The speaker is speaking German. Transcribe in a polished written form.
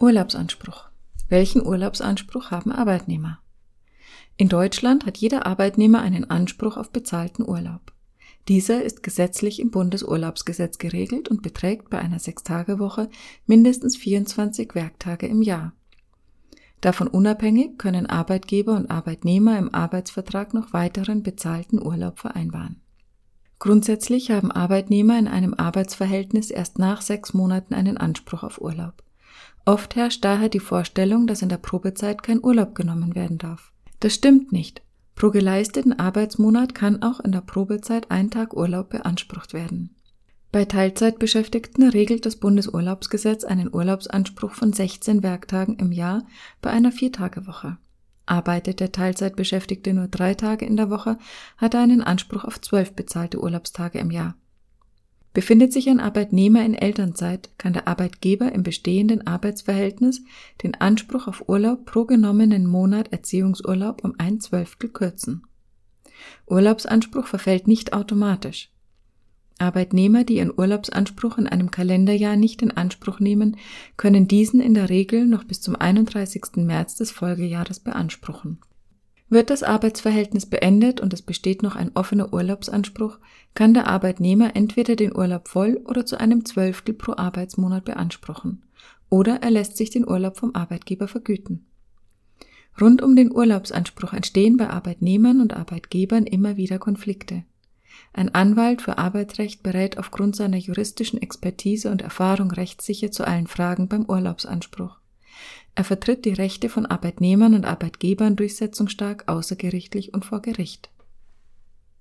Urlaubsanspruch. Welchen Urlaubsanspruch haben Arbeitnehmer? In Deutschland hat jeder Arbeitnehmer einen Anspruch auf bezahlten Urlaub. Dieser ist gesetzlich im Bundesurlaubsgesetz geregelt und beträgt bei einer 6-Tage-Woche mindestens 24 Werktage im Jahr. Davon unabhängig können Arbeitgeber und Arbeitnehmer im Arbeitsvertrag noch weiteren bezahlten Urlaub vereinbaren. Grundsätzlich haben Arbeitnehmer in einem Arbeitsverhältnis erst nach 6 Monaten einen Anspruch auf Urlaub. Oft herrscht daher die Vorstellung, dass in der Probezeit kein Urlaub genommen werden darf. Das stimmt nicht. Pro geleisteten Arbeitsmonat kann auch in der Probezeit ein Tag Urlaub beansprucht werden. Bei Teilzeitbeschäftigten regelt das Bundesurlaubsgesetz einen Urlaubsanspruch von 16 Werktagen im Jahr bei einer 4-Tage-Woche. Arbeitet der Teilzeitbeschäftigte nur 3 Tage in der Woche, hat er einen Anspruch auf 12 bezahlte Urlaubstage im Jahr. Befindet sich ein Arbeitnehmer in Elternzeit, kann der Arbeitgeber im bestehenden Arbeitsverhältnis den Anspruch auf Urlaub pro genommenen Monat Erziehungsurlaub um 1/12 kürzen. Urlaubsanspruch verfällt nicht automatisch. Arbeitnehmer, die ihren Urlaubsanspruch in einem Kalenderjahr nicht in Anspruch nehmen, können diesen in der Regel noch bis zum 31. März des Folgejahres beanspruchen. Wird das Arbeitsverhältnis beendet und es besteht noch ein offener Urlaubsanspruch, kann der Arbeitnehmer entweder den Urlaub voll oder zu einem 1/12 pro Arbeitsmonat beanspruchen, oder er lässt sich den Urlaub vom Arbeitgeber vergüten. Rund um den Urlaubsanspruch entstehen bei Arbeitnehmern und Arbeitgebern immer wieder Konflikte. Ein Anwalt für Arbeitsrecht berät aufgrund seiner juristischen Expertise und Erfahrung rechtssicher zu allen Fragen beim Urlaubsanspruch. Er vertritt die Rechte von Arbeitnehmern und Arbeitgebern durchsetzungsstark außergerichtlich und vor Gericht.